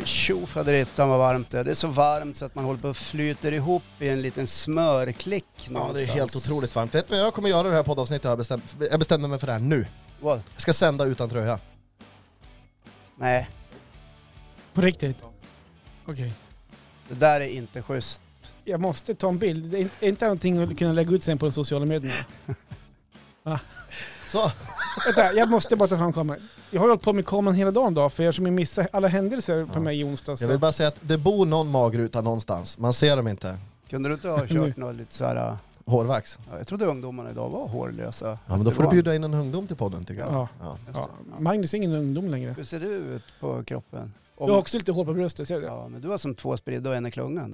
Tjofaderittan vad varmt det är. Det är så varmt så att man håller på att flyter ihop i en liten smörklick någonstans. Ja, det är helt otroligt varmt. Vet du vad jag kommer göra det här poddavsnittet? Jag bestämde mig för det här nu. Vad? Jag ska sända utan tröja. Nej. På riktigt? Okej. Det där är inte schysst. Jag måste ta en bild. Det är inte någonting att kunna lägga ut sen på de sociala medierna. Va? Så. Vänta, jag måste bara ta fram kameran. Jag har hållit på med kameran hela dagen då, för jag som missar alla händelser för mig i onsdags. Jag vill bara säga att det bor någon magruta någonstans. Man ser dem inte. Kunde du inte ha kört något lite så här... Hårvax. Ja, jag trodde ungdomarna idag var hårlösa. Ja, men då får du bjuda in en ungdom till podden tycker jag. Ja. Magnus är ingen ungdom längre. Hur ser du ut på kroppen? Du har också lite hår på bröstet, ser du det? Ja, men du har som 2 spridda och en i klungan.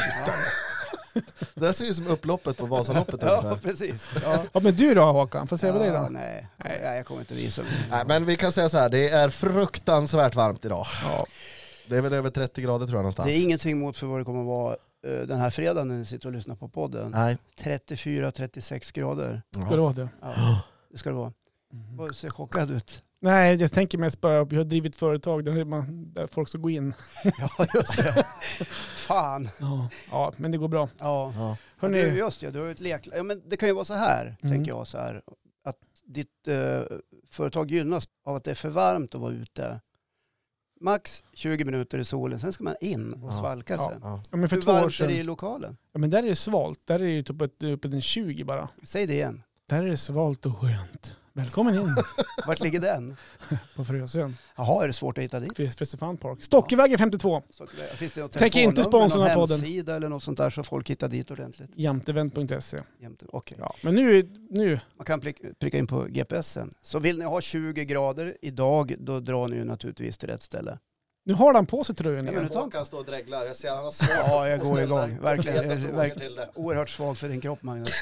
Det ser ju som upploppet på Vasaloppet. Ja, precis. Ja, men du då Håkan, får se på dig då? Nej, jag kommer inte visa mig. Nej, men vi kan säga så här, det är fruktansvärt varmt idag. Ja. Det är väl över 30 grader tror jag någonstans. Det är ingenting mot för vad det kommer att vara den här fredagen när ni sitter och lyssnar på podden. Nej. 34-36 grader. Ska det vara det? Ja, det ska det vara. Du ser chockad ut. Nej, jag tänker mest bara att vi har drivit företag där folk ska gå in. Ja, just det. Fan. Ja, men det går bra. Ja. Hörrni. Just det, du har ju ett lek. Ja, men det kan ju vara så här, tänker jag så här. Att ditt företag gynnas av att det är för varmt att vara ute. Max 20 minuter i solen, sen ska man in och svalka sig. Ja, men för hur 2 år varmt är sedan, det i lokalen? Ja, men där är det svalt. Där är det typ uppe den 20 bara. Säg det igen. Där är det svalt och skönt. Välkommen in. Vart ligger den? På Frösön. Jaha, är det svårt att hitta dit? Frösön Park. Stockevägen 52. Finns det något Tänker inte sponsra den här podden. Hemsida eller något sånt där så folk hittar dit ordentligt? Jamtevent.se. Okej. Ja, men nu. Man kan pricka in på GPSen. Så vill ni ha 20 grader idag, då drar ni ju naturligtvis till rätt ställe. Nu har han på sig tröjan igen. Håkan står och dreglar. Jag ser han har svårt. Ja, jag går igång. Verkligen. Jag är oerhört svag för din kropp, Magnus.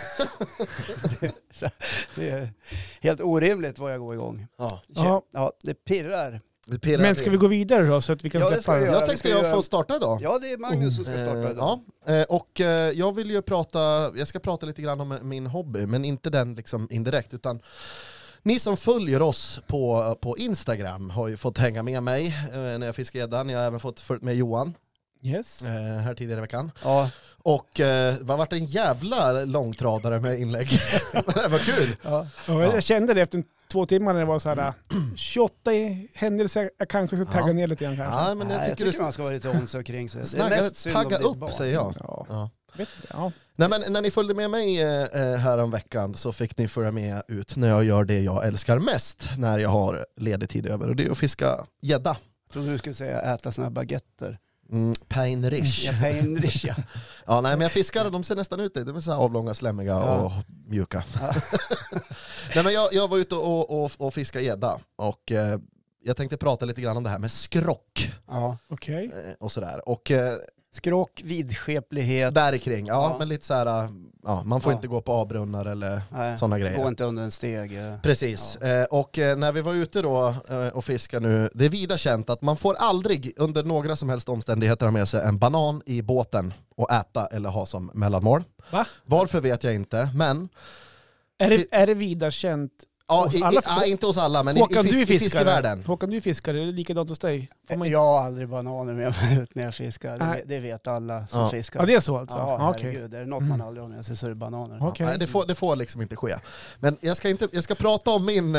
Det är helt orimligt vad jag går igång. Ja, det pirrar. Men ska vi gå vidare då så att vi kan släppa det? Jag tänkte jag får starta idag. Ja, det är Magnus som ska starta idag. Och jag vill ju jag ska prata lite grann om min hobby, men inte den liksom indirekt, utan ni som följer oss på Instagram har ju fått hänga med mig när jag fiskar gäddan. Jag har även fått följt med Johan. Yes. Här tidigare i veckan. Ja. Och det har varit en jävla långtradare med inlägg. Det var kul. Ja, jag kände det efter 2 timmar när det var så här 28 händelser. Jag kanske ska tagga ner lite grann kanske. Ja, men jag tycker man ska vara lite omsorg kring sig. Tagga upp, säger jag. Ja. Nej, men när ni följde med mig här om veckan så fick ni följa med ut när jag gör det jag älskar mest när jag har ledig tid över, och det är att fiska gädda. Jag trodde du skulle säga äta såna här baguetter. Pain rich. Ja, pain rich, ja. Ja, nej, men jag fiskar, de ser nästan ut, de är så här avlånga, slämmiga och mjuka. Ja. Nej, men jag var ute och fiskade gädda, och jag tänkte prata lite grann om det här med skrock. Ja, okej. Och sådär. Och skrock, vidskeplighet. Där kring, men lite så här, man får inte gå på avbrunnar eller sådana grejer. Gå inte under en steg. Precis. Och när vi var ute då och fiskade nu, det är vida känt att man får aldrig under några som helst omständigheter ha med sig en banan i båten och äta eller ha som mellanmål. Va? Varför vet jag inte, men... Är det vida känt? Ja, inte hos alla, men Håkan, i fiskevärlden. Håkan, du fiskar, är det likadant hos dig? Jag har aldrig bananer med mig ut när jag fiskar. Det vet alla som fiskar. Ja, det är så alltså? Ja, herregud. Är det något man aldrig har med sig så är det bananer. Okay. Nej, det får liksom inte ske. Men jag ska prata om min...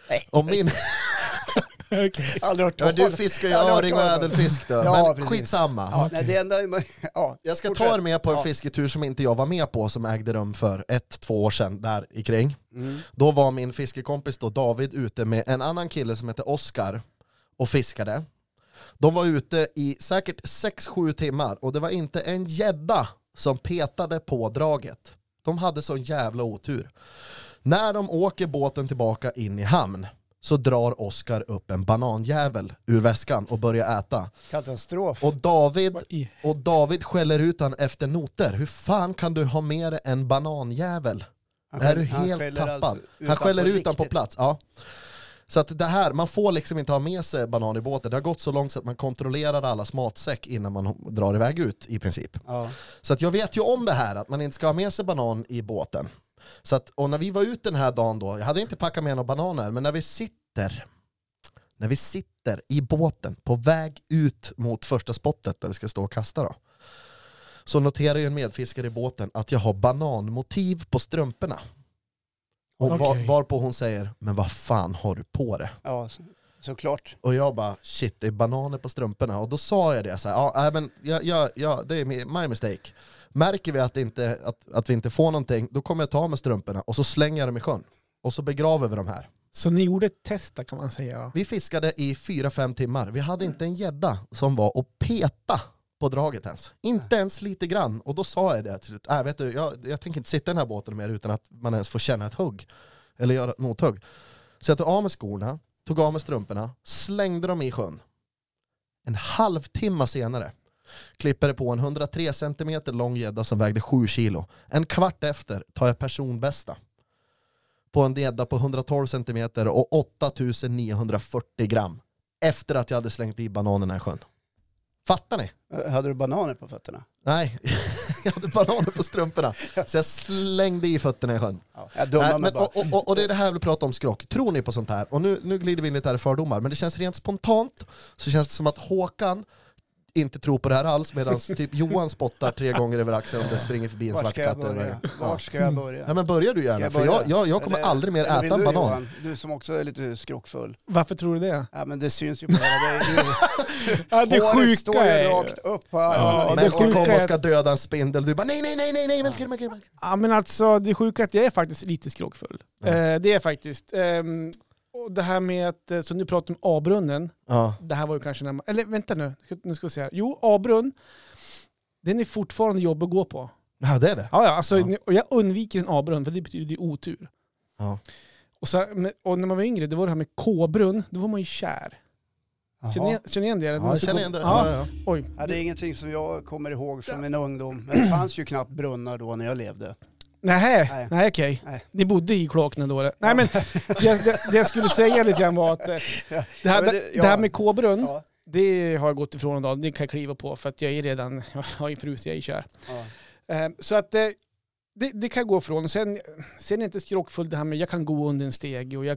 Okay. Du fiskar ju öring och ädelfisk då. Ja, men skitsamma. Ja, nej, det enda, jag ska ta er med på en fisketur som inte jag var med på, som ägde rum för 1-2 år sedan där i kring. Då var min fiskekompis då David ute med en annan kille som heter Oskar och fiskade. De var ute i säkert 6-7 timmar och det var inte en gädda som petade på draget. De hade sån jävla otur. När de åker båten tillbaka in i hamn så drar Oskar upp en bananjävel ur väskan och börjar äta. Katastrof. Och David skäller ut han efter noter. Hur fan kan du ha med dig en bananjävel? Är du helt tappad? Alltså han skäller ut han på plats. Ja. Så att det här, man får liksom inte ha med sig banan i båten. Det har gått så långt så att man kontrollerar allas matsäck innan man drar iväg ut i princip. Ja. Så att jag vet ju om det här, att man inte ska ha med sig banan i båten. Så att, och när vi var ute den här dagen då, jag hade inte packat med några bananer, men när vi sitter när vi sitter i båten på väg ut mot första spottet där vi ska stå och kasta då, så noterar ju en medfiskare i båten att jag har bananmotiv på strumporna. Och varpå hon säger, men vad fan har du på det? Ja, såklart. Och jag bara, shit, det är bananer på strumporna. Och då sa jag det så här, det är my mistake. Märker vi att vi inte får någonting, då kommer jag ta med strumporna och så slänger jag dem i sjön. Och så begraver vi dem här. Så ni gjorde ett test kan man säga? Vi fiskade i 4-5 timmar. Vi hade inte en gädda som var och peta på draget ens. Inte ens lite grann. Och då sa jag det till slut. Vet du, jag tänker inte sitta i den här båten mer utan att man ens får känna ett hugg. Eller göra ett mothugg. Så jag tog av med skorna, tog av med strumporna, slängde dem i sjön. En halvtimme senare klipper det på en 103 cm lång gädda som vägde 7 kilo. En kvart efter tar jag personbästa på en gädda på 112 cm och 8940 gram. Efter att jag hade slängt i bananerna i sjön. Fattar ni? Hade du bananer på fötterna? Nej, jag hade bananer på strumporna. Så jag slängde i fötterna i sjön. Och det är det här vi pratar om, skrock. Tror ni på sånt här? Och nu glider vi in lite här i fördomar. Men det känns rent spontant. Så känns det som att Håkan inte tror på det här alls, medan typ Johan spottar 3 gånger över axeln om det springer förbi en svart katt. Vart ska jag börja? Ja, men börjar du gärna, för jag kommer aldrig mer äta en banan. Johan, du som också är lite skrockfull. Varför tror du det? Ja, men det syns ju på hela dig. Ja, det håret står ju rakt upp på armen. Men hon kommer och ska döda en spindel. Du bara nej. Ja, men alltså det sjuka är att jag är faktiskt lite skrockfull. Det är faktiskt... Och det här med att, så nu pratar om A-brunnen, det här var ju kanske när eller vänta nu ska vi se här. Jo, A-brunn, den är fortfarande jobb att gå på. Ja, det är det. Ja, alltså, och jag undviker en A-brunn för det betyder otur. Ja. Och när man var yngre, det var det här med K-brunn, då var man ju kär. Känner igen det? Ja, jag känner igen det. Ja. Oj. Ja, det är ingenting som jag kommer ihåg från min ungdom. Men det fanns ju knappt brunnar då när jag levde. Nej, okej. Ni bodde i kloakerna då? Eller? Nej, men det jag skulle säga lite grann var att det här med K-brunn, det har jag gått ifrån idag. Det kan jag kliva på för att jag har en fru så jag är kär. Ja. Så att det kan gå ifrån. Sen är det inte skrockfullt det här med jag kan gå under en steg och jag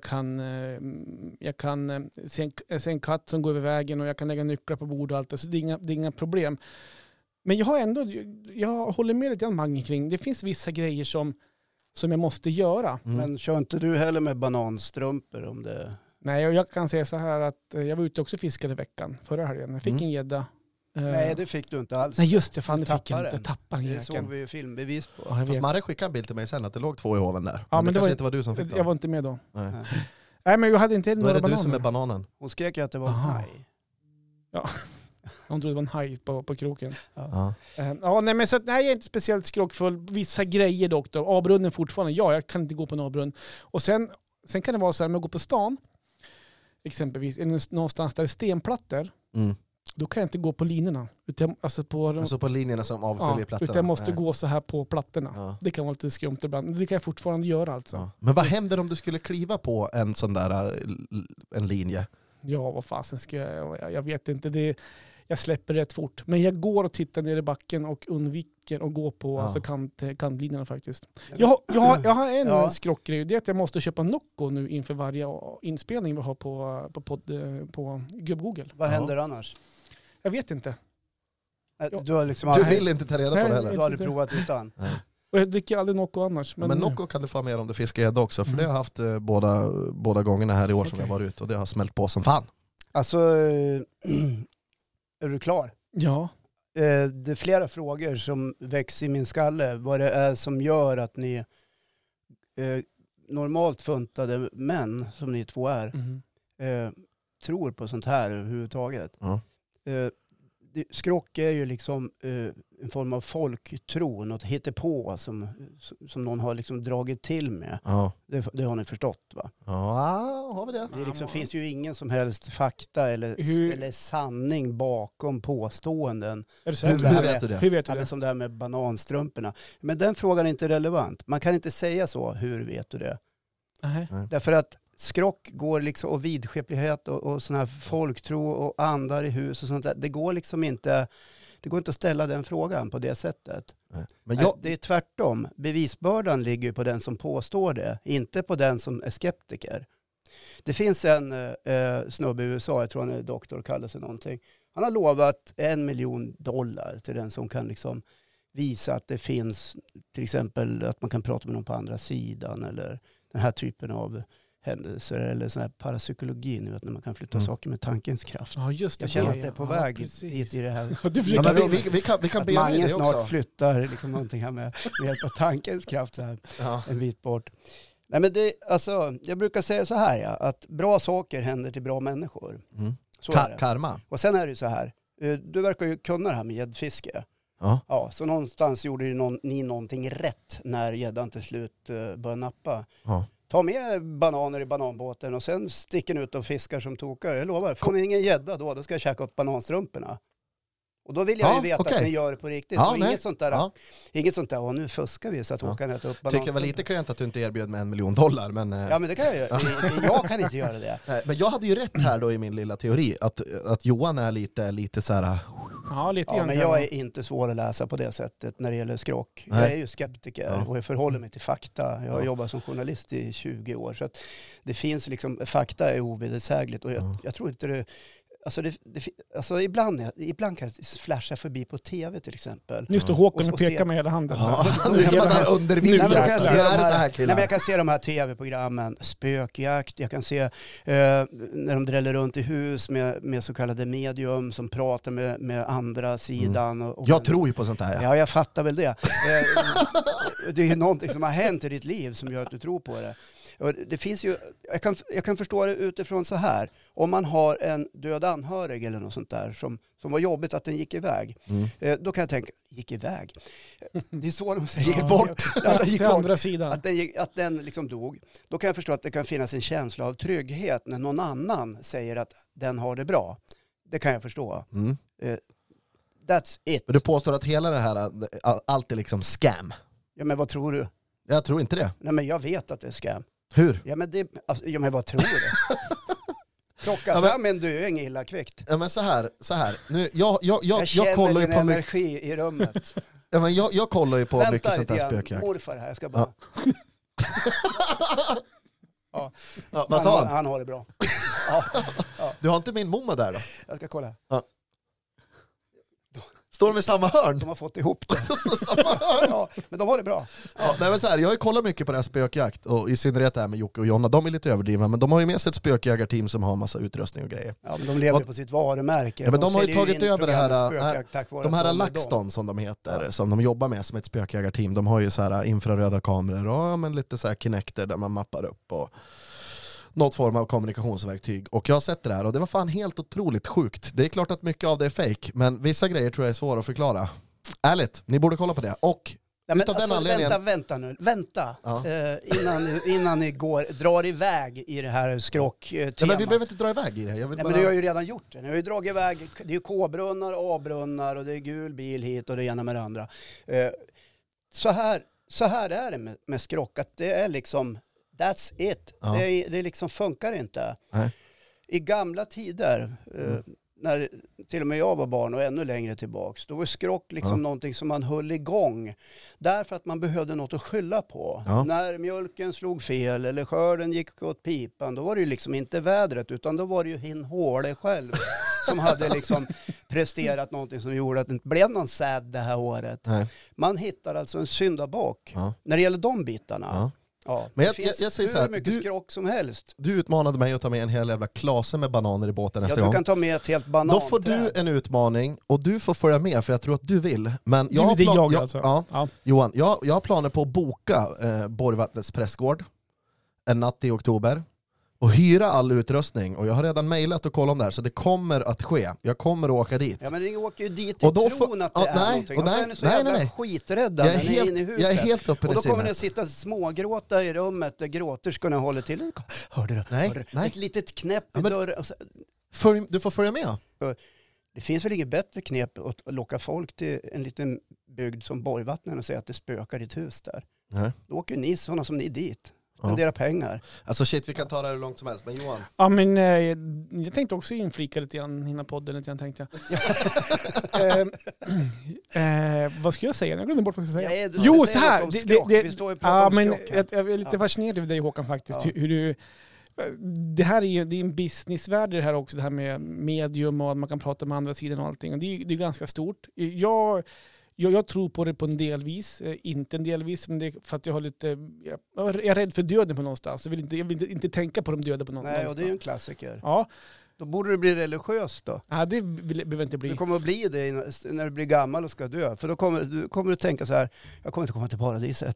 kan se en katt som går över vägen och jag kan lägga nycklar på bordet och allt det. Så det är inga problem. Men jag håller med lite grann Mange kring. Det finns vissa grejer som jag måste göra. Men kör inte du heller med bananstrumpor om det... Nej, och jag kan säga så här att jag var ute också och fiskade veckan förra helgen. Jag fick en gädda. Nej, det fick du inte alls. Nej, just det. Fan, det fick jag inte. Tappade det såg vi ju filmbevis på. Ja, fast Marre skickade en bild till mig sen att det låg 2 i hoven där. Ja, men det kanske inte var du som fick dem. Jag var inte med då. Nej, men jag hade inte några bananer. Då är det du som är bananen. Hon skrek ju att det var en haj. Ja. Hon trodde det var en haj på kroken. Ja. Nej, men så att, nej, jag är inte speciellt skrockfull. Vissa grejer dock då. A-brunnen fortfarande. Ja, jag kan inte gå på en A-brunn. Och sen kan det vara så här, om jag går på stan, exempelvis, någonstans där det är stenplattor, då kan jag inte gå på linorna. Alltså på linjerna som avskiljer plattorna. Utan jag måste gå så här på plattorna. Ja. Det kan vara lite skumt ibland. Men det kan jag fortfarande göra alltså. Ja. Men vad händer om du skulle kliva på en sån där en linje? Ja, vad fasen ska jag vet inte. Jag släpper rätt fort. Men jag går och tittar ner i backen och undviker att gå på alltså kantlinjerna faktiskt. Jag har en skrockgrej. Det är att jag måste köpa Nocco nu inför varje inspelning vi har på Gubb-Google. Vad händer annars? Jag vet inte. Du vill inte ta reda på det heller? Du har aldrig provat utan? Nej. Och jag dricker aldrig Nocco annars. Men Nocco kan du få med om du fiskar gädda också. För det har jag haft båda gångerna här i år som jag varit ute. Och det har smält på som fan. Alltså, är du klar? Ja. Det är flera frågor som väcks i min skalle. Vad det är som gör att ni normalt funtade män, som ni två är, tror på sånt här överhuvudtaget. Skrock är ju liksom en form av folktro, något hittepå som någon har liksom dragit till med. Ja. Det har ni förstått, va? Ja, har vi det? Det liksom finns ju ingen som helst fakta eller sanning bakom påståenden. Är det så? Hur vet du det? Hur vet du det? Som det här med bananstrumporna. Men den frågan är inte relevant. Man kan inte säga så, hur vet du det? Nej. Därför att skrock går liksom, och vidskeplighet och sån här folktro och andar i hus och sånt där. Det går liksom inte, att ställa den frågan på det sättet. Men det är tvärtom. Bevisbördan ligger på den som påstår det, inte på den som är skeptiker. Det finns en snubbe i USA, jag tror han är doktor, kallar sig någonting. Han har lovat $1 miljon till den som kan liksom visa att det finns, till exempel att man kan prata med någon på andra sidan eller den här typen av händelser eller sån här parapsykologi nu, att när man kan flytta saker med tankens kraft. Ja, just det. Jag känner att det är på väg hit i det här. Vi kan be Mange det snart också. flyttar liksom någonting här med hjälp av tankens kraft så här, en bit bort. Nej, men det, alltså, jag brukar säga så här, att bra saker händer till bra människor. Så är det. Karma. Och sen är det ju så här, du verkar ju kunna det här med gäddfiske. Ja, så någonstans gjorde ju ni någonting rätt när gäddan till slut började nappa. Ja. Ta med bananer i bananbåten och sen sticker ut och fiskar som tokar. Jag lovar, får ni ingen gädda då ska jag käka upp bananstrumporna. Och då vill jag ju veta att ni gör det på riktigt. Ja, och inget sånt där, nu fuskar vi så att hon kan äta upp bananer. Tycker jag var lite klent att du inte erbjöd mig $1 miljon. Men, ja, men det kan jag göra. Jag kan inte göra det. Nej, men jag hade ju rätt här då i min lilla teori. Att Johan är lite så här. Ja, lite grann. Men jag är inte svår att läsa på det sättet när det gäller skrock. Nej. Jag är ju skeptiker och jag förhåller mig till fakta. Jag har jobbat som journalist i 20 år. Så att det finns liksom, fakta är ovedersägligt. Och jag tror inte det... Alltså ibland kan det flasha förbi på tv till exempel. Nu står Håkan och pekar med hela handen. Ja, det är som att han undervisar. Jag kan se de här tv-programmen, spökjakt. Jag kan se när de dräller runt i hus med så kallade medium som pratar med andra sidan. Och jag tror ju på sånt här. Ja, jag fattar väl det. Det är ju någonting som har hänt i ditt liv som gör att du tror på det. Och det finns ju, jag kan förstå det utifrån så här. Om man har en död anhörig eller något sånt där som var jobbigt att den gick iväg. Då kan jag tänka, gick iväg? Det är så de säger. Gick bort. Att den gick till andra sidan. Att den liksom dog. Då kan jag förstå att det kan finnas en känsla av trygghet när någon annan säger att den har det bra. Det kan jag förstå. That's it. Men du påstår att hela det här, allt är liksom scam. Ja, men vad tror du? Jag tror inte det. Nej, men jag vet att det är scam. Hur? Ja, men vad tror du? Plocka fram en döing illa kvickt. Ja, men så här. Nu, jag känner kollar ju din på energi i rummet. Ja, men jag kollar ju på Vänta mycket sånt där lite spökjakt. morfar här, jag ska bara... Ja, vad sa han? Han har det bra. Du har inte min momma där då? Jag ska kolla. Står de i samma hörn? De har fått ihop det. De står i samma hörn. Ja, men de har det bra. Ja, nej, men så här, jag har ju kollat mycket på det här spökjakt och i synnerhet det här med Jocke och Jonna. De är lite överdrivna, men de har ju med sig ett spökjägarteam som har massa utrustning och grejer. Ja, men de lever på sitt varumärke. Ja, men de har ju tagit över det här, de här LaxTon som de heter, som de jobbar med som ett spökjägarteam. De har ju så här infraröda kameror och men lite så här Kinecter där man mappar upp och något form av kommunikationsverktyg. Och jag har sett det här och det var fan helt otroligt sjukt. Det är klart att mycket av det är fake, men vissa grejer tror jag är svåra att förklara. Ärligt, ni borde kolla på det. Och vänta nu. Ja. Innan ni drar iväg i det här skrocktemat. Ja, men vi behöver inte dra iväg i det. Men du har ju redan gjort det. Ni har ju dragit iväg. Det är ju K-brunnar, A-brunnar och det är gul bil hit och det ena med det andra. Så här är det med skrock. Att det är liksom, that's it. Ja. Det liksom funkar inte. Nej. I gamla tider, när till och med jag var barn och ännu längre tillbaks, då var skrock liksom någonting som man höll igång. Därför att man behövde något att skylla på. Ja. När mjölken slog fel eller skörden gick åt pipan, då var det ju liksom inte vädret, utan då var det ju hin håle själv som hade liksom presterat någonting som gjorde att det inte blev någon säd det här året. Nej. Man hittar alltså en syndabock när det gäller de bitarna. Ja. Ja, men jag säger så här, mycket skrock som helst. Du utmanade mig att ta med en hel jävla klase med bananer i båten nästa gång. Du kan ta med ett helt bananträd. Då får du en utmaning och du får följa med för jag tror att du vill. Men jag Johan, jag har planer på att boka Borgvattnets prästgård en natt i oktober och hyra all utrustning. Och jag har redan mejlat och kollat om det här, så det kommer att ske. Jag kommer att åka dit. Ja, men ni åker ju dit i tron att det är någonting. Och sen är ni så jävla skiträdda när ni är inne i huset. Jag är helt uppe och då kommer ni att sitta smågråta i rummet där gråterskorna håller till. Hörde du? Nej. Ett litet knäpp i dörren. Du får följa med. Det finns väl inget bättre knep att locka folk till en liten bygd som Borgvattnen och säga att det spökar i ett hus där. Nej. Då åker ni sådana som ni dit. Spendera pengar. Alltså shit, vi kan ta det hur långt som helst. Men Johan? Ja, men jag tänkte också inflika lite grann innan podden lite grann, tänkte jag. Vad ska jag säga? Jag glömde bort vad jag ska säga. Jo, så här. Vi står ju och pratar om skrock. Jag är lite fascinerad över dig, Håkan, faktiskt. Ja. Hur du det här det är en businessvärld det här också, det här med medium och att man kan prata med andra sidan och allting. Och det är ganska stort. Jag tror på det på en delvis, inte en delvis, men det är för att jag har jag är rädd för döden på någonstans. Jag vill inte tänka på de döda på någonstans. Nej, och det är ju en klassiker. Ja. Då borde det bli religiöst då. Ja, det behöver inte bli. Det kommer att bli det när du blir gammal och ska dö. För då kommer du tänka så här, jag kommer inte komma till paradiset.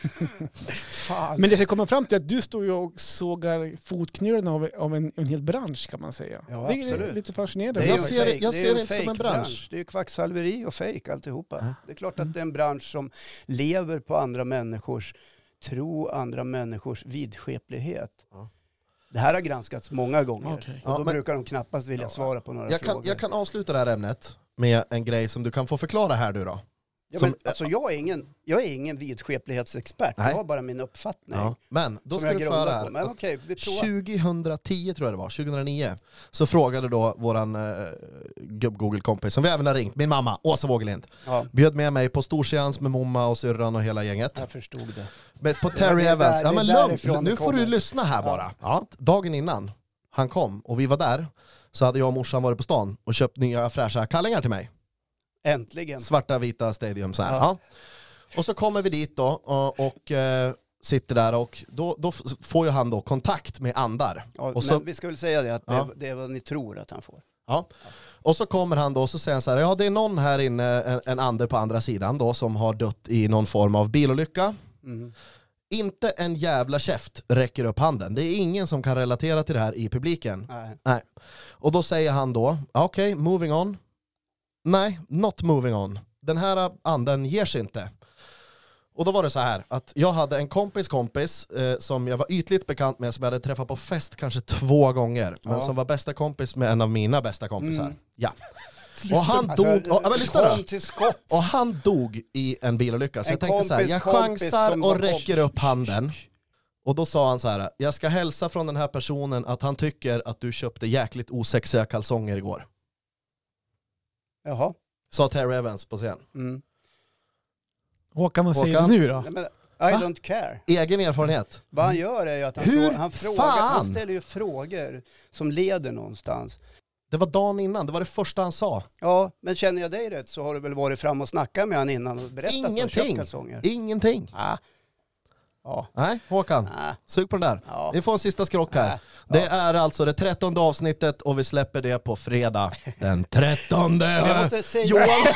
Fan. Men det ska komma fram till att du står ju och sågar fotknölen av en hel bransch kan man säga. Ja, det absolut. är lite fascinerande. Jag ser det inte som en bransch. Det är ju kvacksalveri och fejk alltihopa. Det är klart att det är en bransch som lever på andra människors tro, andra människors vidskeplighet. Ja. Det här har granskats många gånger. Okay. Och då brukar de knappast vilja svara på några frågor. Jag kan avsluta det här ämnet med en grej som du kan få förklara här du då. Ja, men, alltså, jag är ingen vidskeplighetsexpert. Nej. Jag har bara min uppfattning. Ja. Men då ska du föra här. Men, okay, 2010 tror jag det var, 2009. Så frågade då våran gubb-Google-kompis som vi även har ringt, min mamma, Åsa Wågelind. Ja. Bjöd med mig på storseans med mamma och syrran och hela gänget. Jag förstod det. Men på Terry Evans. Ja, men lugn, nu får du lyssna här bara. Ja. Dagen innan han kom och vi var där så hade jag och morsan varit på stan och köpt nya fräscha kallingar till mig. Äntligen. Svarta, vita stadium så här. Ja. Och så kommer vi dit då och sitter där och då får ju han då kontakt med andar. Ja, och så, men vi ska väl säga det att det är vad ni tror att han får. Ja. Och så kommer han då och så säger han så här, ja det är någon här inne, en ande på andra sidan då som har dött i någon form av bilolycka. Mm. Inte en jävla käft räcker upp handen. Det är ingen som kan relatera till det här i publiken. Nej. Och då säger han då, okej, moving on. Nej, not moving on. Den här anden ger sig inte. Och då var det så här att jag hade en kompis som jag var ytligt bekant med som jag hade träffat på fest kanske 2 gånger. Men som var bästa kompis med en av mina bästa kompisar. Mm. Ja. Och han dog, och han dog i en bilolycka. Så jag tänkte så här, jag chansar och räcker upp handen. Och då sa han så här, jag ska hälsa från den här personen att han tycker att du köpte jäkligt osexiga kalsonger igår. Jaha. Sa Terry Evans på scen. Mm. Vad kan man säga nu då? Men I don't care. Egen erfarenhet. Vad han gör är ju att han ställer ju frågor som leder någonstans. Det var dagen innan, det var det första han sa. Ja, men känner jag dig rätt så har du väl varit fram och snackat med han innan och berättat om köpkalsonger. Ingenting. Ja. Nej, Håkan, sug på den där. Ja. Vi får en sista skrock här. Det är alltså det 13:e avsnittet och vi släpper det på fredag. Den 13:e. Jag måste säga,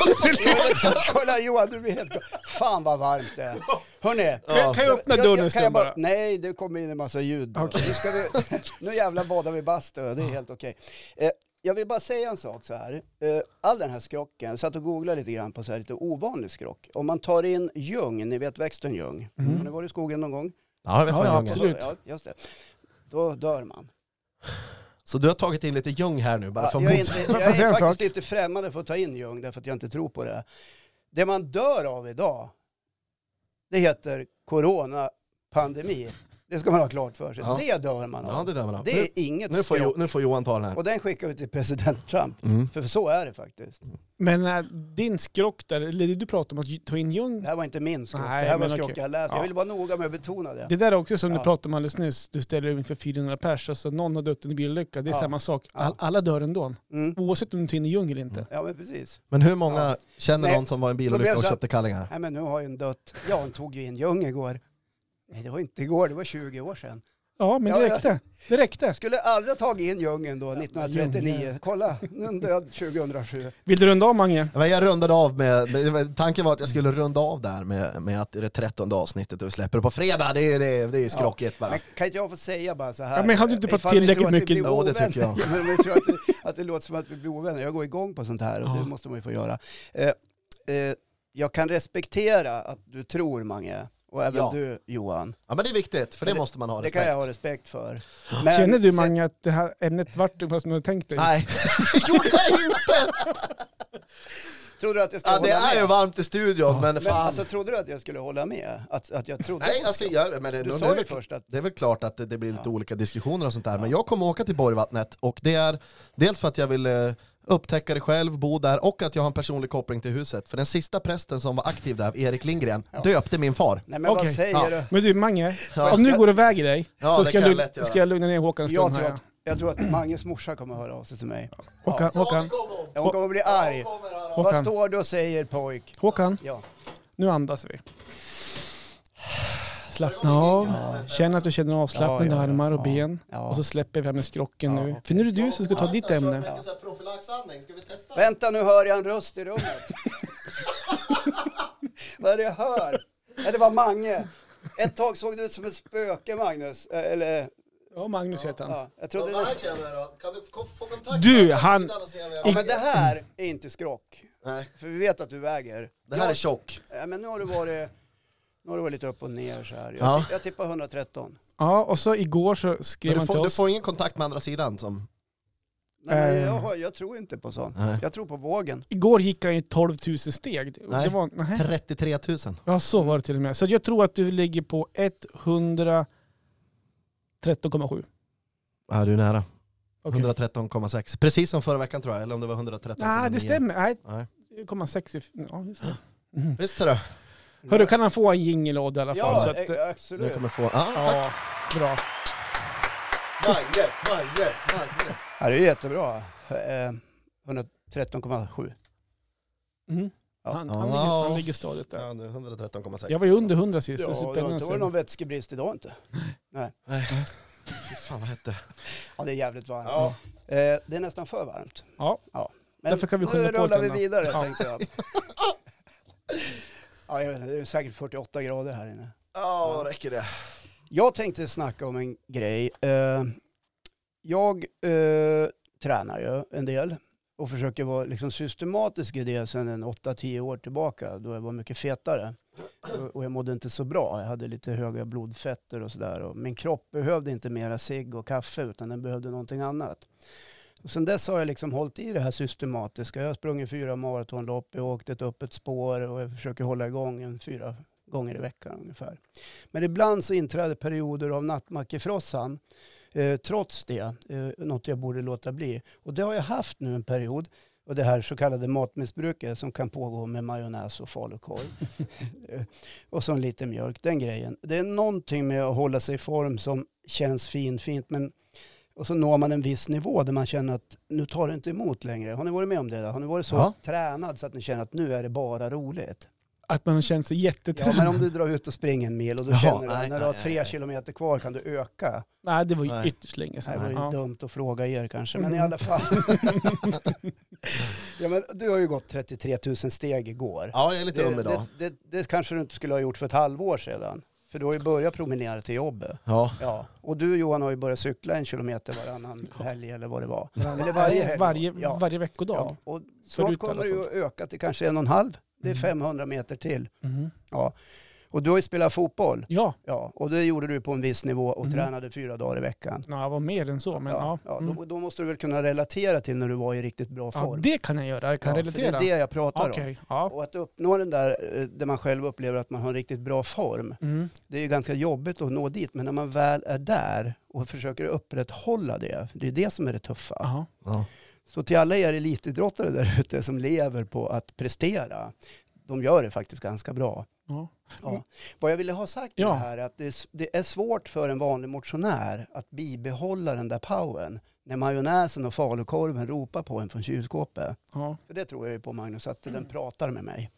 kolla Johan, du blir helt... Fan vad varmt det är. Hörrni, kan jag öppna dörren bara? Nej, det kommer in en massa ljud. Okay. Nu jävla badar vi bastu, det är helt okej. Jag vill bara säga en sak så här. All den här skrocken, jag satt och googlade lite grann på så här lite ovanlig skrock. Om man tar in ljung, ni vet växten ljung. Har ni varit i skogen någon gång? Ja, jag vet absolut. Ja, just det. Då dör man. Så du har tagit in lite ljung här nu? Bara för jag är faktiskt inte främmande för att ta in ljung därför att jag inte tror på det. Det man dör av idag, det heter coronapandemi. Det ska man ha klart för sig. Ja. Det dör man av. Ja, det dör man av. Det är inget nu får Johan ta den här. Och den skickar vi till president Trump. För så är det faktiskt. Men din skrock där, eller du pratade om att ta in ljung. Det här var inte min skrock. Nej, det här var skrock jag läste. Jag vill vara noga med att betona det. Det där är också som du pratade om alldeles nyss. Du ställer inför 400 pers. Alltså någon har dött i en bilolycka. Det är samma sak. Alla dör ändå. Oavsett om du tar in i ljung eller inte. Ja, men precis. Men hur många känner någon som var i en bilolycka och köpte kallingar? Nej, men nu har ju en dött. Ja, hon tog ju in ljung igår. Nej, det var inte igår. Det var 20 år sedan. Ja, men det räckte. Det räckte. Skulle aldrig ha tagit in djungen då, 1939. Kolla, nu död 2007. Vill du runda av, Mange? Jag rundade av med... Tanken var att jag skulle runda av där med att det är det 13:e avsnittet och vi släpper det på fredag. Det är ju skrockigt bara. Men kan inte jag få säga bara så här? Ja, men hade du inte fått tillräckligt mycket? Ja, det tycker jag. Men vi tror att det låter som att vi blir ovänner. Jag går igång på sånt här och det måste man ju få göra. Jag kan respektera att du tror, Mange. Och även du, Johan. Ja, men det är viktigt, för det måste man ha respekt. Det kan jag ha respekt för. Men känner du, Mange, att det här ämnet vart vad som du tänkt dig? Nej, det gjorde jag inte! Trodde du att jag skulle hålla med? Det är ju varmt i studion, men fan. Alltså, trodde du att jag skulle hålla med? Att jag trodde... Nej, alltså, du sa ju först att... Det är väl klart att det blir lite olika diskussioner och sånt där. Men jag kommer åka till Borgvattnet och det är dels för att jag vill upptäcka det själv, bo där och att jag har en personlig koppling till huset. För den sista prästen som var aktiv där, Erik Lindgren, döpte min far. Nej, men vad säger du? Men du Mange, om nu går och väger dig så ska jag lugna ner Håkan en stund här. Jag tror att Manges morsa kommer att höra av sig till mig. Håkan. Hon kommer att bli arg. Vad står du och säger, pojk? Håkan, nu andas vi. Slappna av, känn att du känner avslappning i armar och ben. Och så släpper vi här med skrocken nu. För nu är det du som ska ta ditt ämne. Ska vi testa? Vänta, nu hör jag en röst i rummet. Vad är det jag hör? Ja, det var Mange. Ett tag såg det ut som ett spöke, Magnus. Eller... Ja, Magnus heter han. Ja, jag trodde Kan du få kontakt med han... Ja, men det här är inte skrock. Nej. För vi vet att du väger. Det här är tjock. Ja, men nu har du varit lite upp och ner så här. Jag tippar 113. Ja, och så igår så skrev man till oss... Du får ingen kontakt med andra sidan som... Nej, jag tror inte på sånt. Jag tror på vågen. Igår gick han ju 12 000 steg. Nej, det var, 33 000. Ja, så var det till och med. Så jag tror att du ligger på 113,7. Ja, du är nära. Okay. 113,6. Precis som förra veckan tror jag. Eller om det var 113,9. Nej, det stämmer. Nej, 0,6. Ja, just det. Visst är det. Hörru, kan han få en jingelåd i alla fall? Ja, så att, absolut. Du kommer få... Ja, bra. Mange. Ja, det är jättebra. 113,7. Mm. Ja. Han ligger stadigt där. Ja, nu 113,6. Jag var ju under 100 sist. Ja, det var någon vätskebrist idag inte. Nej. Fy fan, vad hette? Ja, det är jävligt varmt. Ja. Det är nästan för varmt. Ja. Men därför kan vi skynda på. Nu rullar vi vidare, tänkte jag. Ja, jag vet inte, det är säkert 48 grader här inne. Ja, räcker det. Jag tänkte snacka om en grej. Jag tränar ju en del och försöker vara liksom systematisk i det sedan 8-10 år tillbaka då jag var mycket fetare. Och jag mådde inte så bra. Jag hade lite höga blodfetter och sådär. Och min kropp behövde inte mera cigg och kaffe utan den behövde någonting annat. Och sen dess har jag liksom hållit i det här systematiska. Jag har sprungit 4 maratonlopp, jag har åkt ett öppet spår och jag försöker hålla igång 4 gånger i veckan ungefär. Men ibland så inträder perioder av nattmackefrossan. Trots det, något jag borde låta bli. Och det har jag haft nu en period. Och det här så kallade matmissbruket som kan pågå med majonnäs och falukorv. Och så lite mjölk, den grejen. Det är någonting med att hålla sig i form som känns fint. Men och så når man en viss nivå där man känner att nu tar det inte emot längre. Har ni varit med om det? Har ni varit så tränad så att ni känner att nu är det bara roligt? Att man känner sig jättetränad. Ja, men om du drar ut och springer en mil och du känner att när du har 3 kilometer kvar kan du öka. Nej, det var ju ytterst länge sedan. Det var ju dumt att fråga er kanske, men i alla fall. Ja, men du har ju gått 33 000 steg igår. Ja, jag är lite idag. Det kanske du inte skulle ha gjort för ett halvår sedan. För du har ju börjat promenera till jobbet. Ja. Och du, Johan, har ju börjat cykla 1 kilometer varannan helg eller vad det var. Eller varje veckodag. Ja. Och snart kommer det ju att öka till kanske 1,5. Det är 500 meter till. Ja. Och du har ju spelat fotboll. Ja. Och det gjorde du på en viss nivå och tränade 4 dagar i veckan. Ja, det var mer än så. Men då måste du väl kunna relatera till när du var i riktigt bra form. Ja, det kan jag göra. Jag kan relatera. För det är det jag pratar om. Ja. Och att uppnå den där man själv upplever att man har en riktigt bra form. Det är ju ganska jobbigt att nå dit. Men när man väl är där och försöker upprätthålla det. Det är det som är det tuffa. Så till alla er elitidrottare där ute som lever på att prestera. De gör det faktiskt ganska bra. Ja. Vad jag ville ha sagt med det här är att det är svårt för en vanlig motionär att bibehålla den där powern när majonnäsen och falukorven ropar på en från kylskåpet. För det tror jag ju på, Magnus, att den pratar med mig.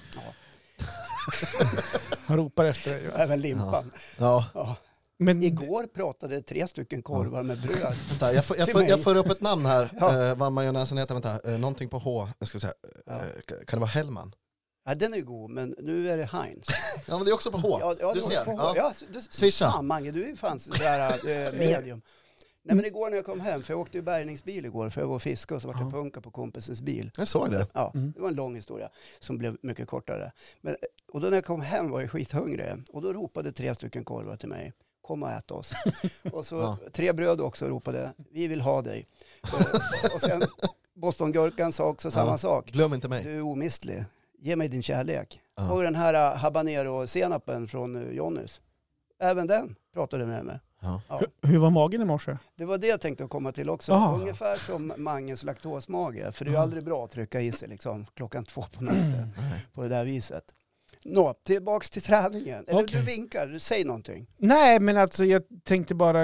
Han ropar efter dig. Även limpan. Men igår pratade 3 stycken korvar med bröd. Vänta, jag får upp ett namn här. Vad majonnäsen heter. Vänta, någonting på H. Jag ska säga. Kan det vara Hellman? Ja, den är god, men nu är det Heinz. Ja, men det är också på H. Du ser. På H. Swisha. Fan, Mange, du är fan sådär medium. Nej, men igår när jag kom hem, för jag åkte ju bärgningsbil igår för jag var fiske och så var det punka på kompisens bil. Jag såg det. Ja, det var en lång historia som blev mycket kortare. Och då när jag kom hem var jag skithungrig och då ropade 3 stycken korvar till mig. Kom och ät oss. Och så 3 bröd också ropade, vi vill ha dig. Och sen Boston-gurkan sa också samma sak. Glöm inte mig. Du är omistlig. Ge mig din kärlek. Och den här habanero-senapen från Johnnys. Även den pratade med mig. Ja. Ja. Hur var magen i morse? Det var det jag tänkte komma till också. Ungefär som Manges laktosmage. För det är ju aldrig bra att trycka i sig liksom, 2:00 på natten på det där viset. Tillbaks till träningen. Eller du vinkar, säg någonting. Nej, men alltså jag tänkte bara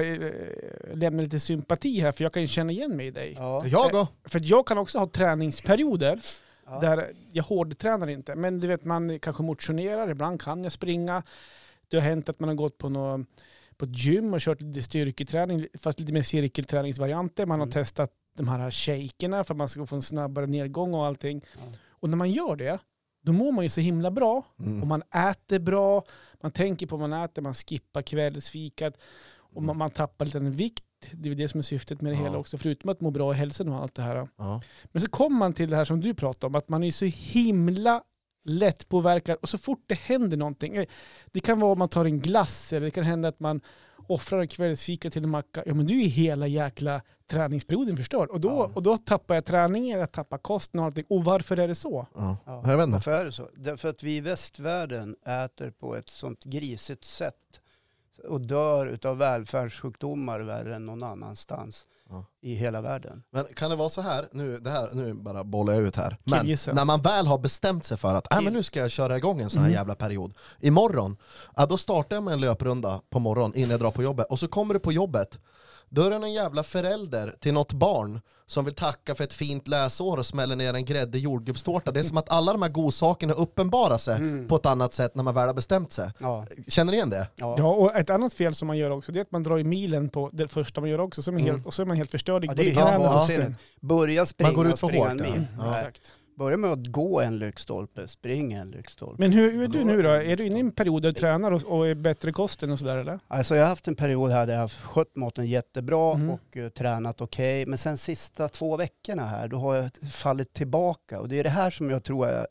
lämna lite sympati här, för jag kan ju känna igen mig i dig. Ja. Jag då? För jag kan också ha träningsperioder där jag hårdtränar inte. Men du vet, man kanske motionerar, ibland kan jag springa. Det har hänt att man har gått på ett gym och kört lite styrketräning, fast lite mer cirkelträningsvarianter. Man har testat de här shakerna för att man ska få en snabbare nedgång och allting. Och när man gör det, då mår man ju så himla bra. Och man äter bra, man tänker på vad man äter, man skippar kvällsfikat och man tappar lite vikt. Det är det som är syftet med det hela också, förutom att må bra i hälsan och allt det här. Men så kommer man till det här som du pratade om, att man är så himla lättpåverkad, och så fort det händer någonting, det kan vara om man tar en glass, eller det kan hända att man offrar en kvällsfika till en macka. Ja, men du är hela jäkla träningsperioden förstörd. Och då tappar jag träningen, jag tappar kosten och allting. Och varför är det så? Jag vet inte. Varför är det så? Därför att vi i västvärlden äter på ett sånt grisigt sätt och dör utav välfärdssjukdomar värre än någon annanstans i hela världen. Men kan det vara så här, nu bara bollar jag ut här, men när man väl har bestämt sig för att men nu ska jag köra igång en sån här jävla period, imorgon, då startar jag med en löprunda på morgon innan jag drar på jobbet, och så kommer du på jobbet, då är det en jävla förälder till något barn som vill tacka för ett fint läsår och smäller ner en gräddig jordgubbstårta. Det är som att alla de här godsakerna uppenbarar sig på ett annat sätt när man väl har bestämt sig. Känner ni igen det? Ja, och ett annat fel som man gör också, det är att man drar i milen på det första man gör också, och så är man helt förstörd. Det är börja springa, man går ut för springa hårt, en mil. Exakt. Börja med att gå en lyktstolpe, springa en lyktstolpe. Men hur är du nu då? Är du inne i en period där du tränar och är bättre kosten och sådär, eller? Alltså jag har haft en period här där jag har skött maten jättebra och tränat okej. Men sen sista 2 veckorna här, då har jag fallit tillbaka. Och det är det här som jag tror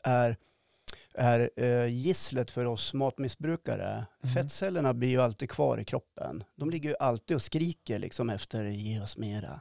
är gisslet för oss matmissbrukare. Fettcellerna blir ju alltid kvar i kroppen. De ligger ju alltid och skriker liksom efter ge oss mera.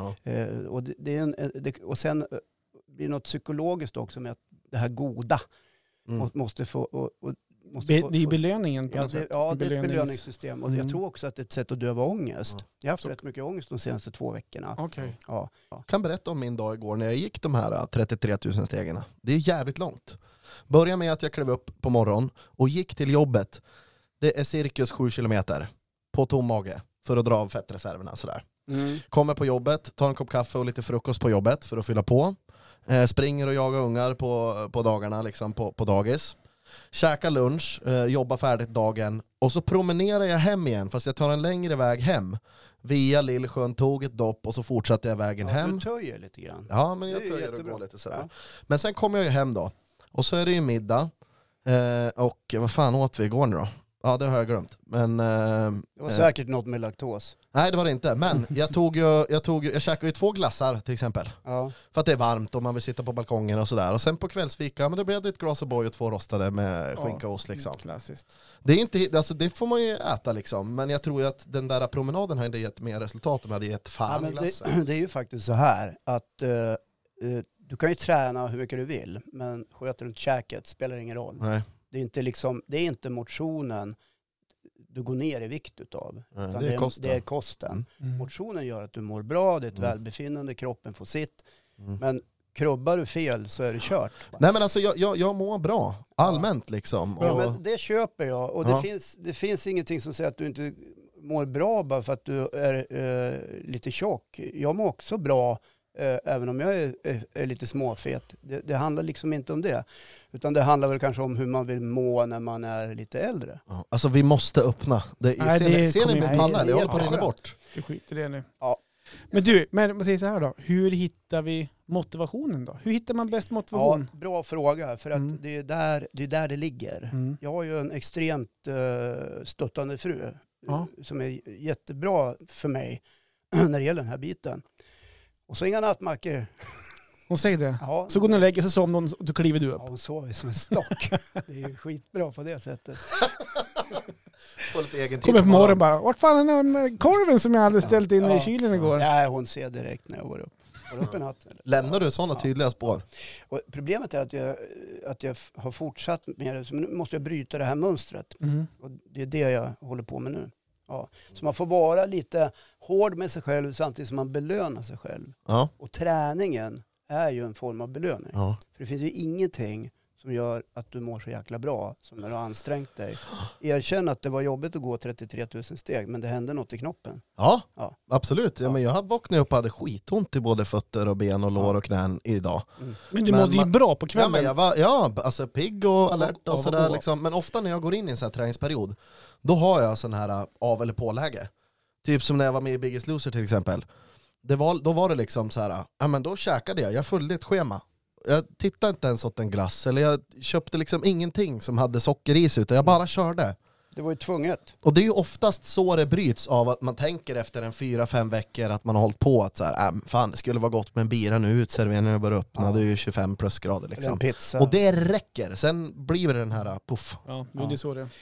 Och sen blir något psykologiskt också med att det här goda måste få... det är belöningen på något sätt. Ja, det är ett belöningssystem. Och jag tror också att det är ett sätt att döva ångest. Jag har haft rätt mycket ångest de senaste 2 veckorna. Ja. Jag kan berätta om min dag igår när jag gick de här 33 000 stegen. Det är jävligt långt. Börja med att jag klev upp på morgon och gick till jobbet. Det är cirkus 7 kilometer på tom mage för att dra av fettreserverna. Sådär. Kommer på jobbet, tar en kopp kaffe och lite frukost på jobbet för att fylla på. Springer och jagar ungar på dagarna liksom på dagis. Käkar lunch, jobbar färdigt dagen och så promenerar jag hem igen, fast jag tar en längre väg hem via Lillsjön, tog ett dopp och så fortsatte jag vägen hem. Du töjer lite grann. Ja, men jag töjer och går lite sådär. Men sen kommer jag ju hem då och så är det ju middag och vad fan åt vi igår nu då? Ja, det har jag glömt. Men, det var säkert något med laktos. Nej, det var det inte. Men jag käkade ju 2 glassar till exempel. För att det är varmt och man vill sitta på balkongen och sådär. Och sen på kvällsfika, men då blev det ett glas O'boy och 2 rostade med skinka och ost liksom. Klassiskt. Det är inte, alltså det får man ju äta liksom. Men jag tror ju att den där promenaden hade gett mer resultat om jag hade gett fan i glassen. Det är ju faktiskt så här att du kan ju träna hur mycket du vill, men sköter du inte käket spelar ingen roll. Nej. Det är inte motionen du går ner i vikt utav. Utan det är kosten. Motionen gör att du mår bra, det är ett välbefinnande, kroppen får sitt. Men krubbar du fel så är det kört. Nej, men alltså jag mår bra, allmänt liksom. Ja, men det köper jag. Och det finns ingenting som säger att du inte mår bra bara för att du är lite tjock. Jag mår också bra. Även om jag är lite småfet. Det handlar liksom inte om det. Utan det handlar väl kanske om hur man vill må när man är lite äldre. Ja, alltså vi måste öppna. Ser ni min panna? Det håller på att rinna bort. Du skiter det nu. Ja. Men man säger så här då. Hur hittar vi motivationen då? Hur hittar man bäst motivation? Ja, bra fråga. För att det är där det ligger. Jag har ju en extremt stöttande fru. Som är jättebra för mig när det gäller den här biten. Och så inga nattmackor. Hon säger det? Ja. Så går hon och lägger sig som någon, då kliver du upp. Ja, hon sover som en stock. Det är ju skitbra på det sättet. Kommer på morgonen bara, vart fan är den korven som jag hade ställt in i kylen igår? Nej, hon ser direkt när jag går upp i natten. Lämnar du sådana tydliga spår? Och problemet är att jag har fortsatt med det. Så nu måste jag bryta det här mönstret. Och det är det jag håller på med nu. Ja. Så man får vara lite hård med sig själv samtidigt som man belönar sig själv. Ja. Och träningen är ju en form av belöning. Ja. För det finns ju ingenting som gör att du mår så jäkla bra som när du har ansträngt dig. Erkänn att det var jobbigt att gå 33 000 steg, men det hände något i knoppen. Ja, Ja. absolut. Ja, men jag vaknade upp och hade skitont i både fötter och ben och lår och knän idag. Mm. Men du mådde ju bra på kvällen. Ja, men jag var alltså pigg och alert och sådär. Liksom. Men ofta när jag går in i en sån här träningsperiod, då har jag sån här av- eller påläge. Typ som när jag var med i Biggest Loser till exempel. Då var det liksom så här, ja men då käkade jag följde ett schema. Jag tittade inte ens åt en glass, eller jag köpte liksom ingenting som hade socker i sig, utan jag bara körde. Det var ju tvunget. Och det är ju oftast så det bryts av att man tänker efter en 4-5 veckor att man har hållit på att så här, fan det skulle vara gott med en bira nu, utserveringen börjar öppna, det är ju 25 plusgrader liksom. Pizza. Och det räcker, sen blir det den här puff. Ja, det är så det.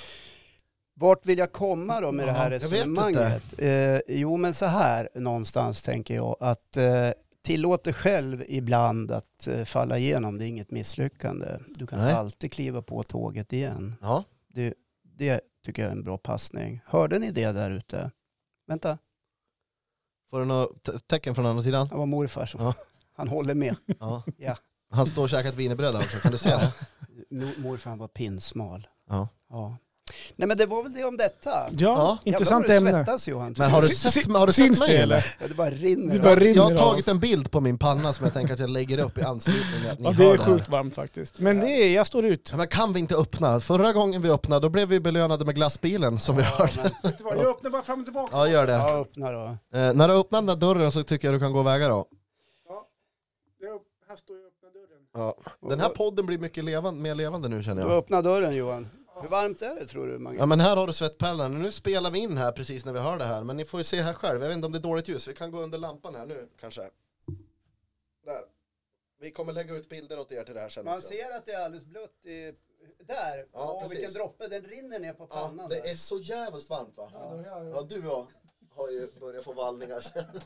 Vart vill jag komma då med det här resonemanget? Jo men så här någonstans tänker jag att tillåt dig själv ibland att falla igenom, det är inget misslyckande. Du kan alltid kliva på tåget igen. Ja. Det tycker jag är en bra passning. Hörde ni det där ute? Vänta. Får du något tecken från andra sidan? Det var morfar som han håller med. Ja. Ja. Han står och käkar ett wienerbröd också, kan du se det? Morfar han var pinsmal. Ja. Ja. Nej men det var väl det om detta. Ja, intressant ämne. Svettas, Johan. Men har du sett mig eller? Ja, det bara rinner. Jag har tagit en bild på min panna som jag tänker att jag lägger upp i anslutning med att ni det är sjukt varmt faktiskt. Men jag står ut. Men kan vi inte öppna? Förra gången vi öppnade, då blev vi belönade med glassbilen som vi hörde. Jag öppnar bara fram och tillbaka. Ja, gör det. Ja, öppna då. När du öppnar den där dörren så tycker jag du kan gå väga då. Ja, här står jag och öppnar dörren. Ja. Den här podden blir mycket mer levande nu känner jag. Du öppnar dörren Johan. Hur varmt är det tror du, Mange? Ja men här har du svettpärlan. Nu spelar vi in här precis när vi hör det här. Men ni får ju se här själv. Jag vet inte om det är dåligt ljus. Vi kan gå under lampan här nu kanske. Där. Vi kommer lägga ut bilder åt er till det här sen. Man ser att det är alldeles blött i... Där. Ja, vilken droppe. Den rinner ner på pannan. Ja, det är så jävligt varmt va? Ja, du har ju börjat få vallningar.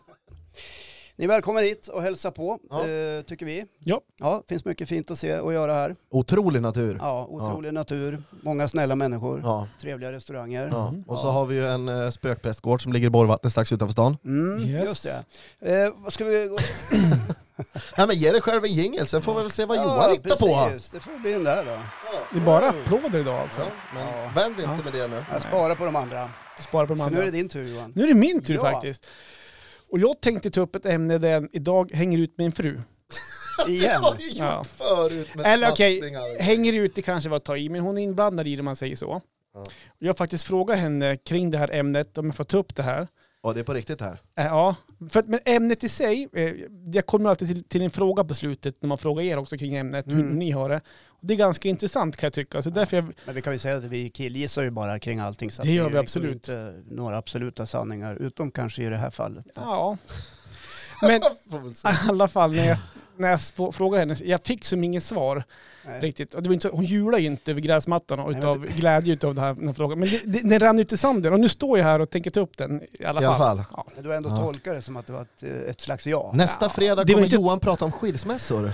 Ni är välkomna hit och hälsa på, tycker vi. Ja, finns mycket fint att se och göra här. Otrolig natur. Ja, otrolig natur. Många snälla människor. Ja. Trevliga restauranger. Ja. Och så har vi ju en spökprästgård som ligger i Borgvattnet strax utanför stan. Just det. Vad ska vi gå? Nej men ge dig själv en jingle, sen får vi väl se vad Johan hittar på. Det får bli den där då. Det är bara applåder idag alltså. Men vänd inte med det nu. Jag sparar på de andra. För nu är det din tur Johan. Nu är det min tur faktiskt. Och jag tänkte ta upp ett ämne där jag idag hänger ut med en fru. Igen? Det har du gjort förut med eller okej, hänger ut det kanske var att ta i, men hon är inblandad i det man säger så. Ja. Jag har faktiskt frågat henne kring det här ämnet om jag får ta upp det här. Ja, det är på riktigt här. Ja, men ämnet i sig, jag kommer alltid till en fråga på slutet när man frågar er också kring ämnet, hur ni har det. Och det är ganska intressant kan jag tycka. Så därför Men vi kan ju säga att vi killgissar ju bara kring allting. Så det gör vi liksom absolut. Inte några absoluta sanningar, utom kanske i det här fallet. Ja, men i alla fall när jag frågade henne, jag fick som ingen svar riktigt. Och det var inte så, hon julade ju inte över gräsmattan utav glädje utav det här, den här frågan. Men den rann ut i sanden och nu står jag här och tänker ta upp den i alla fall. Ja. Men du ändå tolkar det som att det var ett slags ja. Nästa fredag kommer Johan prata om skilsmässor.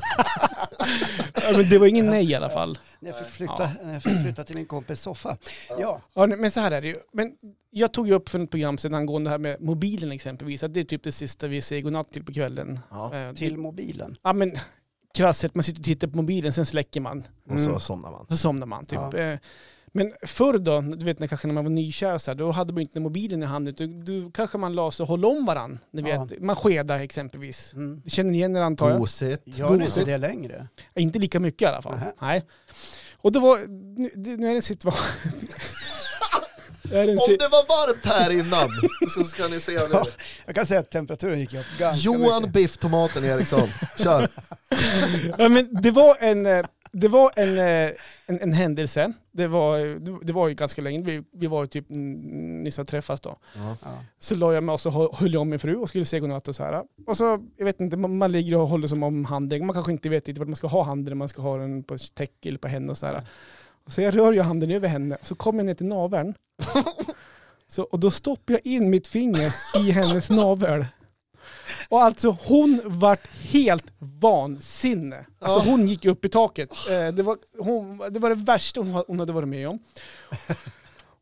Men det var ingen nej i alla fall. När jag fick flytta till min kompis soffa. Ja, men så här är det ju. Men jag tog ju upp för ett program sedan angående det här med mobilen exempelvis. Att det är typ det sista vi säger godnatt till på kvällen. Ja, till mobilen. Ja men krasset, man sitter och tittar på mobilen, sen släcker man. Och så somnar man. Så somnar man typ. Ja. Men förr då, du vet kanske när man var nykär så här, då hade man inte mobilen i handen. Du kanske man la sig och höll om varandra. Man skedar exempelvis. Det känner ni igen er antar jag? Gosigt. Gör ni inte det längre? Inte lika mycket i alla fall. Nej. Och det var, nu är det en situation... Om det var varmt här innan så ska ni se nu. Ja, jag kan säga att temperaturen gick upp ganska Johan mycket. Biff Tomaten Eriksson, kör. Ja, men det var en händelse. Det var ju ganska länge. Vi var ju typ nyss att träffas då. Ja. Så la jag mig och så höll jag om min fru och skulle se godnatt och så här. Och så, jag vet inte, man ligger och håller som om handen. Man kanske inte vet vart man ska ha handen. Man ska ha den på ett täcke eller på henne och så här. Så jag rör ju handen över henne. Så kommer jag ner till naveln. Och då stoppar jag in mitt finger i hennes navel. Och alltså hon vart helt vansinne. Alltså hon gick upp i taket. Det var det värsta hon hade varit med om.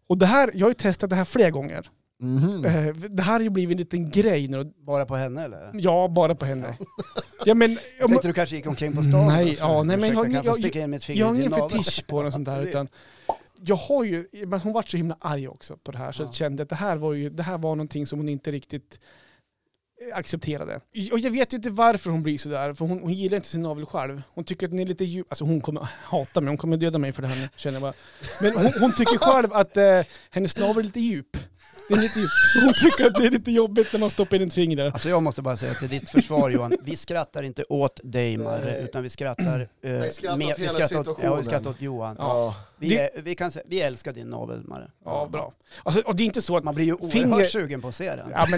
Och det här, jag har ju testat det här flera gånger. Det här har ju blivit en liten grej nu. Bara på henne eller? Ja, bara på henne. Ja, men, jag tänkte du kanske gick omkring på stan. Nej, men jag har ingen navel. fetisch på den och sånt där. Utan jag har ju, men hon var så himla arg också på det här. Så jag kände att det här var någonting som hon inte riktigt accepterade. Och jag vet ju inte varför hon blir sådär. För hon gillar inte sin navel själv. Hon tycker att den är lite djup. Alltså hon kommer hata mig. Hon kommer döda mig för det här, känner jag bara. Men hon tycker själv att hennes navel är lite djup. Den är lite djup. Så hon tycker att det är lite jobbigt när man stoppar in en finger där. Alltså jag måste bara säga till ditt försvar, Johan. Vi skrattar inte åt dig, Marre, utan vi skrattar åt Johan. Ja. Vi älskar din navel, Marre. Ja, bra. Alltså, och det är inte så att man blir ju oerhört sugen på att se den. Ja, men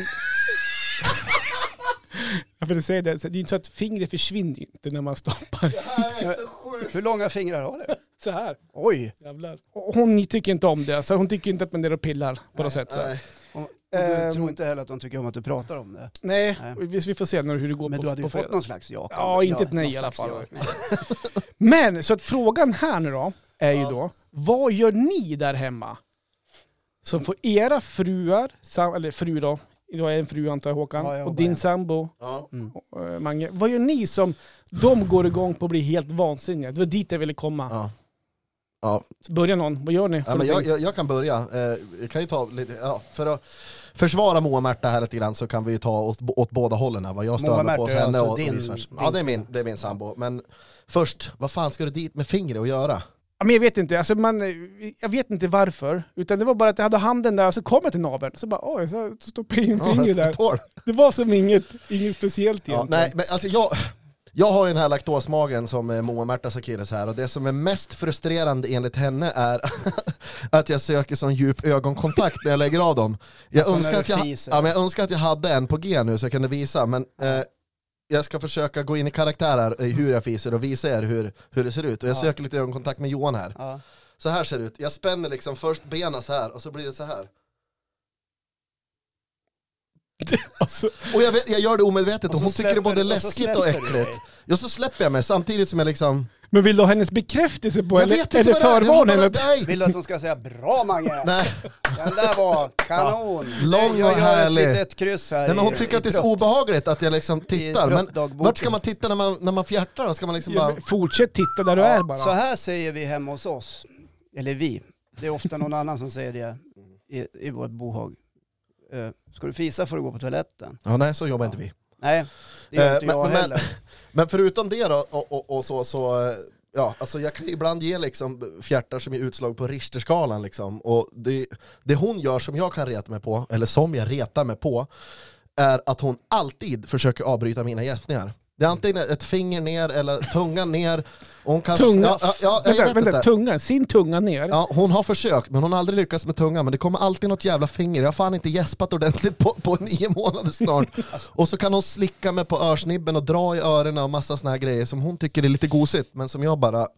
jag vill säga det är inte så att fingret försvinner inte när man stoppar. Det här är så sjukt. Hur långa fingrar har du? Så här. Oj. Jävlar. Och hon tycker inte om det. Så hon tycker inte att man är och pillar på något sätt. Så. Och du tror inte heller att de tycker om att du pratar om det? Nej. Vi får se hur det går. Men du hade ju fått någon slags ja. Ja, inte ett nej i alla fall. Men så att frågan här nu då är ju då, vad gör ni där hemma? Som får era fruar, eller fru då, idag är en fru antar jag, Håkan, och din sambo, Mange. Vad gör ni som de går igång på att bli helt vansinniga? Det var dit jag ville komma. Ja. Börja någon, vad gör ni? Ja, men jag kan börja. Jag kan ju ta lite, för att försvara Moa Märta här lite grann så kan vi ju ta åt båda hållen här. Vad jag stör mig på hos henne och vice versa. Ja, det är min sambo. Men först, vad fan ska du dit med fingret och göra? Ja, men jag vet inte, alltså jag vet inte varför. Utan det var bara att jag hade handen där och så kom jag till naveln. Så bara, så stoppade jag in fingret där. Det var som inget speciellt egentligen. Nej, men alltså jag har ju den här laktosmagen som Moa Märtas akilles här, och det som är mest frustrerande enligt henne är att jag söker sån djup ögonkontakt när jag lägger av dem. Jag önskar att jag hade en på G nu så jag kunde visa, men jag ska försöka gå in i karaktärer i hur jag fiser och visa er hur det ser ut. Och jag söker lite ögonkontakt med Johan här. Ja. Så här ser det ut. Jag spänner liksom först benen så här och så blir det så här. Alltså. Och jag gör det omedvetet och hon tycker det är både läskigt och äckligt. Ja, så släpper jag mig samtidigt som jag liksom... Men vill du ha hennes bekräftelse på eller förvarning? Vill du att hon ska säga bra, Mange? Nej. Den där var kanon. Lång och härlig. Jag gör ett litet kryss här. Nej, men hon tycker att det är så obehagligt att jag liksom tittar. Men vart ska man titta när man fjärtar? Ska man liksom bara... Fortsätt titta där du är bara. Så här säger vi hemma hos oss. Eller vi. Det är ofta någon annan som säger det i vårt bohag. Ska du fisa får du gå på toaletten. Ja, nej, så jobbar inte vi. Nej, det gör inte jag heller. Men förutom det då, och så ja, alltså jag kan ibland ge liksom fjärtar som är utslag på Richterskalan liksom. Och det hon gör som jag kan reta mig på, eller som jag retar mig på, är att hon alltid försöker avbryta mina gäspningar. Det är antingen ett finger ner eller tungan ner. Och hon kan, vänta, tungan, sin tunga ner. Ja, hon har försökt men hon har aldrig lyckats med tungan. Men det kommer alltid något jävla finger. Jag har fan inte gäspat ordentligt på 9 månader snart. Och så kan hon slicka mig på örsnibben och dra i öronen och massa såna här grejer som hon tycker är lite gosigt. Men som jag bara...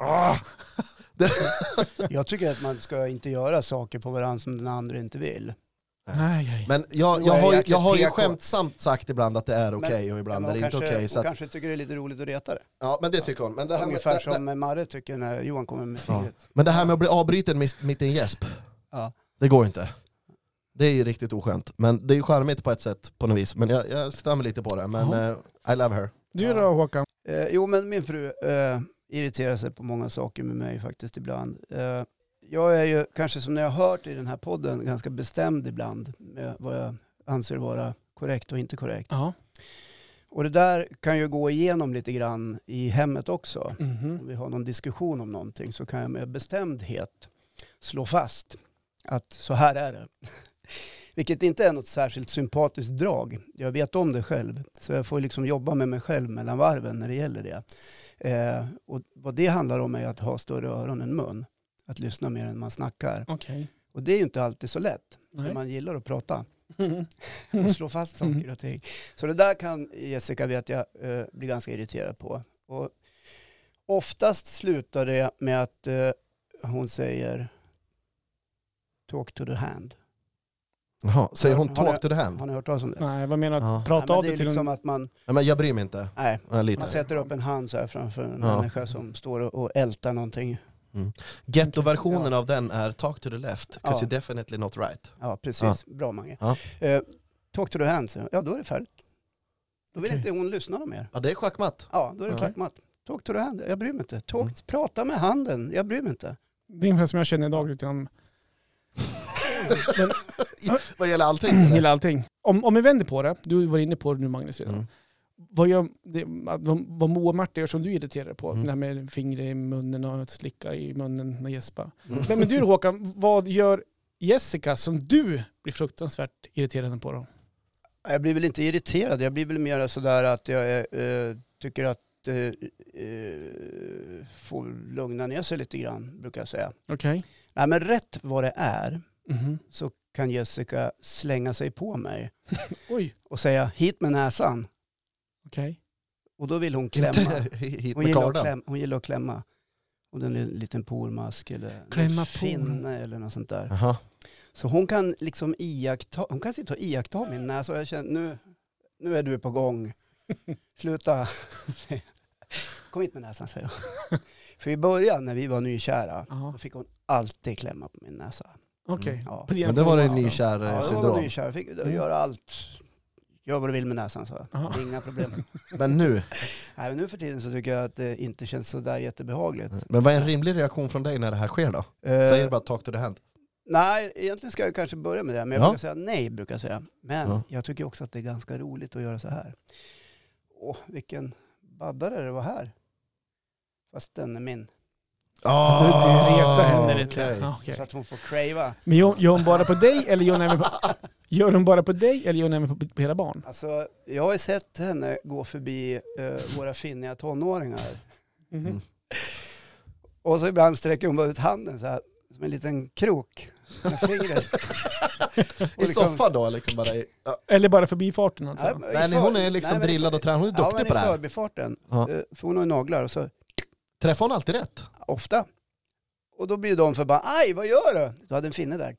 Jag tycker att man ska inte göra saker på varandra som den andra inte vill. Nej. Men jag har ju skämtsamt sagt ibland att det är okej och ibland är det inte okej. Hon kanske tycker det är lite roligt att reta det. Ja, men det tycker hon. Men det här ungefär som Marre tycker när Johan kommer med fingret. Ja. Men det här med att bli avbruten mitt i en gäsp, det går inte. Det är ju riktigt oskönt. Men det är ju charmigt på ett sätt på något vis. Men jag stämmer lite på det. Men I love her. Du då, Håkan? Jo, men min fru irriterar sig på många saker med mig faktiskt ibland. Jag är ju kanske som ni har hört i den här podden ganska bestämd ibland med vad jag anser vara korrekt och inte korrekt. Ja. Och det där kan ju gå igenom lite grann i hemmet också. Om vi har någon diskussion om någonting så kan jag med bestämdhet slå fast att så här är det. Vilket inte är något särskilt sympatiskt drag. Jag vet om det själv. Så jag får liksom jobba med mig själv mellan varven när det gäller det. Och vad det handlar om är att ha större öron än mun. Att lyssna mer än man snackar. Okay. Och det är ju inte alltid så lätt. För man gillar att prata. Och slå fast saker och ting. Så det där kan Jessica vet jag bli ganska irriterad på. Och oftast slutar det med att hon säger talk to the hand. Jaha, säger hon talk to the hand? Har ni hört talas om det? Nej, vad menar du? Prata av det till liksom att man... Nej, men jag bryr mig inte. Nej, man sätter upp en hand så här framför en människa som står och ältar någonting. Ghetto-versionen av den är talk to the left, because you're definitely not right. Ja, precis. Bra, Mange. Talk to the hand, ja då är det färdigt. Då vill inte hon lyssna mer. Ja, det är schackmatt. Ja, då är det schackmatt. Talk to the hand, jag bryr mig inte. Prata med handen, jag bryr mig inte. Det är ungefär som jag känner idag lite grann. Vad gäller allting? Gäller allting. Om vi vänder på det, du var inne på det nu Magnus redan. Vad Moa och Marta gör som du irriterar på, det här med fingret i munnen och slicka i munnen och gäspa. Men du Håkan, vad gör Jessica som du blir fruktansvärt irriterad på då? Jag blir väl inte irriterad, jag blir väl mer sådär att jag tycker att får lugna ner sig lite grann, brukar jag säga. Okej. Nej, men rätt vad det är så kan Jessica slänga sig på mig och säga hit med näsan. Okej. Och då vill hon klämma. Hon gillar att klämma. Och den är en liten pormask eller klämma finne eller något sånt där. Aha. Så hon kan liksom hon kan sitta och iaktta min näsa och jag känner nu är du på gång. Sluta. Kom hit med näsan, säger jag. För i början när vi var nykära då fick hon alltid klämma på min näsa. Okej. Ja. Men det var det nykär syndrom. Jag var nykär. Fick göra allt. Gör vad du vill med näsan, så. Inga problem. Men nu? Nej, nu för tiden så tycker jag att det inte känns så där jättebehagligt. Men vad är en rimlig reaktion från dig när det här sker då? Säger du bara talk to the hand? Nej, egentligen ska jag kanske börja med det. Men jag brukar säga nej, brukar jag säga. Men jag tycker också att det är ganska roligt att göra så här. Åh, vilken baddare det var här. Fast den är min. Du retar henne lite. Okay. Så att hon får crava. Men gör hon bara på dig eller gör hon även på... Gör hon bara på dig eller gör hon även på era barn? Alltså, jag har ju sett henne gå förbi våra finniga tonåringar. Och så ibland sträcker hon bara ut handen så här, som en liten krok med fingret. I soffan då? Liksom bara eller bara förbi farten alltså? Nej, hon är liksom drillad och tränad. Hon är duktig på det här. Ja, men i förbifarten. För hon har naglar och så... Träffar hon alltid rätt? Ofta. Och då blir de för bara, aj, vad gör du? Du hade en finne där.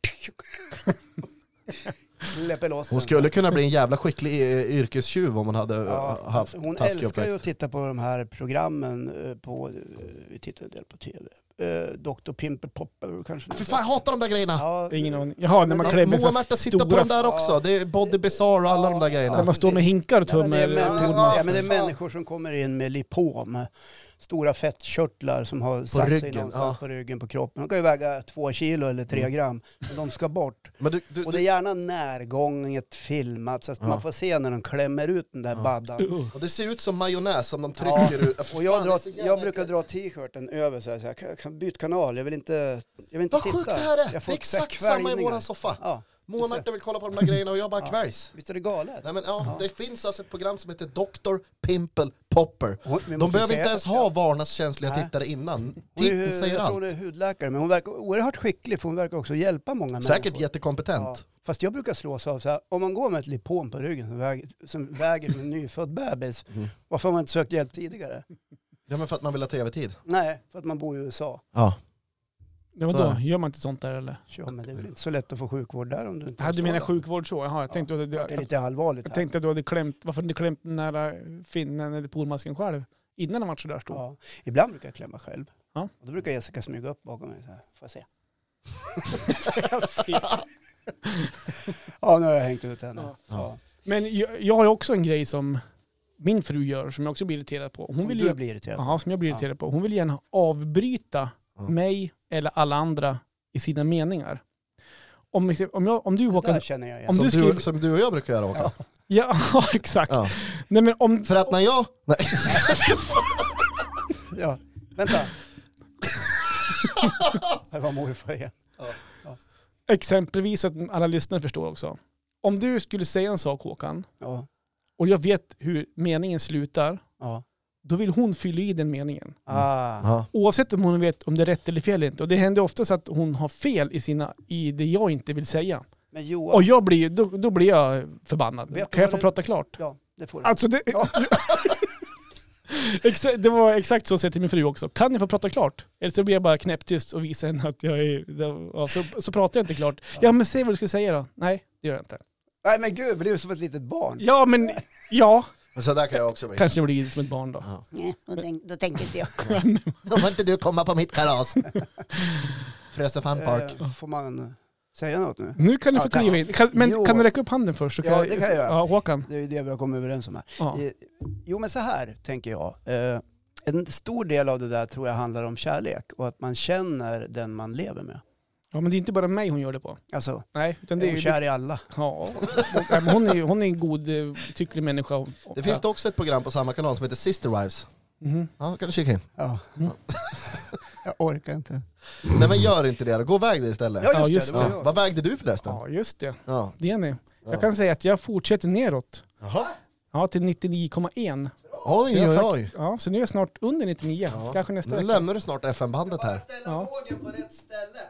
Hon skulle kunna bli en jävla skicklig yrkestjuv om hon hade haft hon älskar ju att titta på de här programmen vi tittar en del på tv. Dr. Pimple Popper kanske. För fan, jag hatar de där grejerna. Ja, ingen aning. Jaha, när man klämmer Moa och Märta sitter på de där också. Det är Body Bizarre och alla de där grejerna. När man står med hinkar och tummar. Men det är människor som kommer in med lipom. Stora fettkörtlar som har satt sig någonstans på ryggen, på kroppen. De kan ju väga 2 kilo eller 3 gram. Men de ska bort. Men och det är gärna närgånget filmat så att man får se när de klämmer ut den där baddan. Och det ser ut som majonnäs som de trycker ut. Och jag brukar dra t-shirten över så här. Jag kan byta kanal. Jag vill inte titta. Vad sjukt det här är. Det är exakt samma i våran soffa. Ja. Moa och Märta vill kolla på de här grejerna och jag bara kvärs. Visst är det galet? Nej, men, det finns alltså ett program som heter Dr. Pimple Popper. De behöver inte ens ha Varnas känsliga tittare innan. Titeln säger allt. Jag tror det är hudläkare, men hon verkar oerhört skicklig för hon verkar också hjälpa många människor. Säkert jättekompetent. Ja. Fast jag brukar slås av så här, om man går med ett lipom på ryggen som väger en nyfödd bebis, varför har man inte sökt hjälp tidigare? Ja, men för att man vill ha tv-tid. Nej, för att man bor i USA. Ja. Ja, vadå? Gör man inte sånt där eller? Ja, men det är väl inte så lätt att få sjukvård där om du inte... Du menar sjukvård så? Jaha, jag tänkte det är lite allvarligt. Jag tänkte att du hade klämt, varför hade du klämt nära finnen eller pormasken själv? Innan den var så där stor. Ja, ibland brukar jag klämma själv. Ja. Och då brukar Jessica smyga upp bakom mig så här. Får jag se? Ja, nu har jag hängt ut henne. Ja. Men jag har ju också en grej som min fru gör som jag också blir irriterad på. Hon vill blir irriterad på? Ja, som jag blir irriterad på. Hon vill gärna avbryta mig eller alla andra i sina meningar. Om du Håkan... Som du och jag brukar göra, Håkan. Ja, exakt. Ja. Nej, men för att när jag... Nej. Ja, vänta. Det var morfar igen. Ja. Exempelvis så att alla lyssnare förstår också. Om du skulle säga en sak, Håkan, och jag vet hur meningen slutar, då vill hon fylla i den meningen. Oavsett om hon vet om det är rätt eller fel eller inte. Och det händer ofta så att hon har fel i det jag inte vill säga. Men Johan, och då blir jag förbannad. Kan jag få prata klart? Ja, det får du. Alltså det var exakt så att jag till min fru också. Kan jag få prata klart? Eller så blir jag bara knäpptyst och visar henne att jag är... Så pratar jag inte klart. Ja, men säg vad du ska säga då. Nej, det gör jag inte. Nej, men gud, blir du som ett litet barn? Ja, men... Ja. Så där kan jag också bli. Kanske blir som ett barn då. Ja. Nej, då tänker inte jag. Då får inte du komma på mitt kalas. Fröse Funpark. Får man säga något nu? Nu kan du få kliva in. Kan du räcka upp handen först? Så Ja, det kan jag göra. Ja, Håkan. Det är ju det vi har kommit överens om här. Ja. Jo, men så här tänker jag. En stor del av det där tror jag handlar om kärlek och att man känner den man lever med. Ja, men det är inte bara mig hon gör det på. Alltså, Nej, utan det är ju kär i alla. Ja, men hon är en god, tycklig människa. Det finns också ett program på samma kanal som heter Sister Wives. Ja, kan du kika in? Ja. Jag orkar inte. Nej, men gör inte det. Gå iväg det istället. Ja, just det. Vad vägde du förresten? Ja, just det. Ja. Det är ni. Jag kan säga att jag fortsätter neråt. Jaha. Ja, till 99,1. Oj. Ja, så nu är jag snart under 99. Ja. Kanske nästa Nu vecka. lämnar du snart FN-bandet här. Ställa vågen på rätt ställe.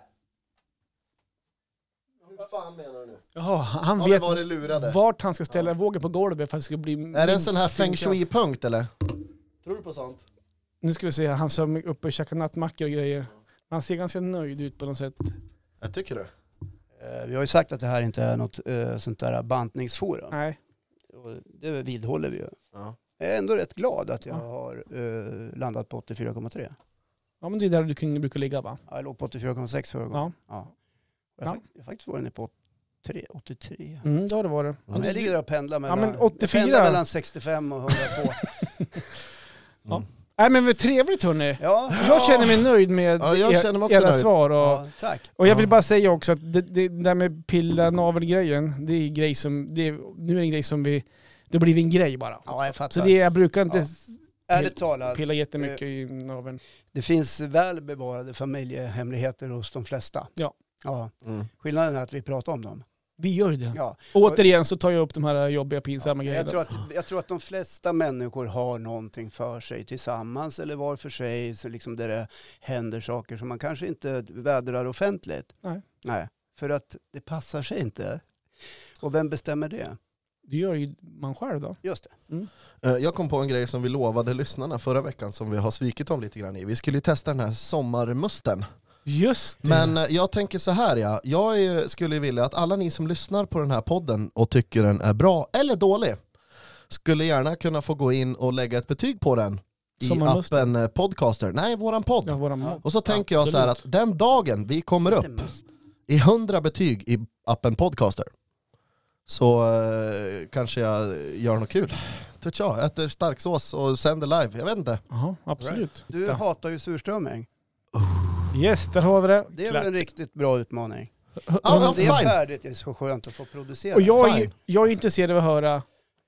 Hur fan menar du nu? Jaha, han Har vet vi varit lurade? vart han ska ställa vågen på golvet för att det ska bli... Är det en sån här feng shui-punkt eller? Tror du på sånt? Nu ska vi se, han som är uppe och käkar nattmackor och grejer. Han ser ganska nöjd ut på något sätt. Jag tycker det. Vi har ju sagt att det här inte är något sånt där bantningsforum. Nej. Och det vidhåller vi ju. Ja. Jag är ändå rätt glad att jag har landat på 84,3. Ja, men det är där du brukar ligga, va? Ja, jag låg på 84,6 förra gången. Ja. Jag har faktiskt varit nere på 83. Det har det varit. Ja, men jag ligger där och pendlar mellan, men 84... mellan 65 och 102. Ja. Nej, men vad trevligt hörni. Ja. Jag känner mig nöjd med jag känner mig också era nöjd. svar. Ja, tack. Och jag vill bara säga också att det där med pilla navelgrejen, det är en grej som, nu är det en grej som det blir en grej bara. Ja, jag fattar. Så jag brukar inte Ärligt talat, pilla jättemycket i naveln. det finns väl bevarade familjehemligheter hos de flesta. Ja. Skillnaden är att vi pratar om dem. Vi gör ju det. Ja. Återigen så tar jag upp de här jobbiga, pinsamma grejerna. Jag tror att de flesta människor har någonting för sig tillsammans eller var för sig, så liksom där det händer saker som man kanske inte vädrar offentligt. Nej, för att det passar sig inte. Och vem bestämmer det? Det gör ju man själv då. Just det. Jag kom på en grej som vi lovade lyssnarna förra veckan som vi har svikit om lite grann i. Vi skulle ju testa den här sommarmusten. Just det. Men jag tänker så här, jag skulle vilja att alla ni som lyssnar på den här podden och tycker den är bra eller dålig skulle gärna kunna få gå in och lägga ett betyg på den i appen Podcaster. Nej, våran podd. Ja, våran podd. Och så tänker jag så här att den dagen vi kommer upp i 100 betyg i appen Podcaster så kanske jag gör något kul. Jag äter starksås och sänder live, jag vet inte. Ja, absolut. Right. Du hatar ju surströmming. Yes, där har vi det. Det är väl en riktigt bra utmaning. Ja, det är färdigt, det är så skönt att få producera. Och jag är intresserad av att höra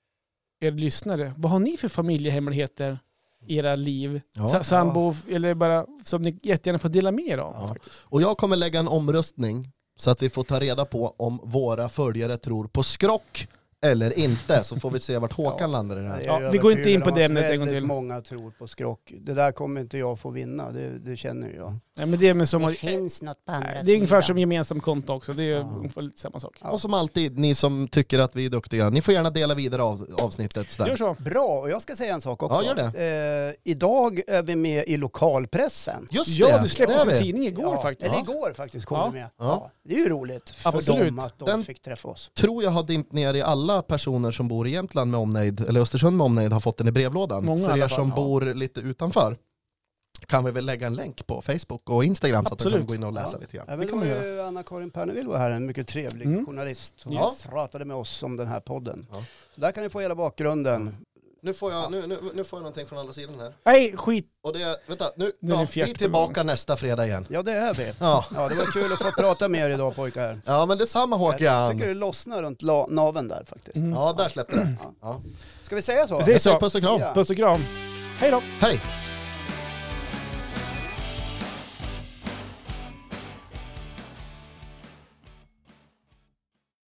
er lyssnare. Vad har ni för familjehemligheter i era liv? Sambo eller bara som ni jättegärna får dela med er av. Ja. Och jag kommer lägga en omröstning så att vi får ta reda på om våra följare tror på skrock eller inte, så får vi se vart Håkan landar i det här. Ja, vi går inte in på det ämnet en gång till. Många tror på skrock. Det där kommer inte jag få vinna, det känner jag. Nej, men det finns något på andra sidan. Det är ungefär som gemensam konto också, det är ungefär lite samma sak. Ja. Och som alltid, ni som tycker att vi är duktiga, ni får gärna dela vidare avsnittet. Gör så. Bra, och jag ska säga en sak också. Ja, gör det. Idag är vi med i lokalpressen. Just det. Ja, du släppte en tidning igår faktiskt. Eller igår faktiskt kom vi med. Ja. Det är ju roligt för dem att de fick träffa oss. Tror jag har dimpt ner i alla personer som bor i Jämtland med omnejd, eller Östersund med omnejd, har fått den i brevlådan. Många för er som bor lite utanför kan vi väl lägga en länk på Facebook och Instagram så att de kan gå in och läsa lite grann. Även det var Anna-Karin Pernevill var här, en mycket trevlig journalist som pratade med oss om den här podden. Ja. Så där kan ni få hela bakgrunden. Nu får jag någonting från andra sidan här. Nej, skit. Och det, vänta, vi är tillbaka nästa fredag igen. Ja, det är vi. Ja, det var kul att få prata med er idag, pojkar. Ja, men det är samma, Håkan. Jag tycker det lossnar runt naven där faktiskt. Ja, där släppte det. Ja. Ska vi säga så? Vi säger så. Puss och kram. Puss och kram. Hej då. Hej.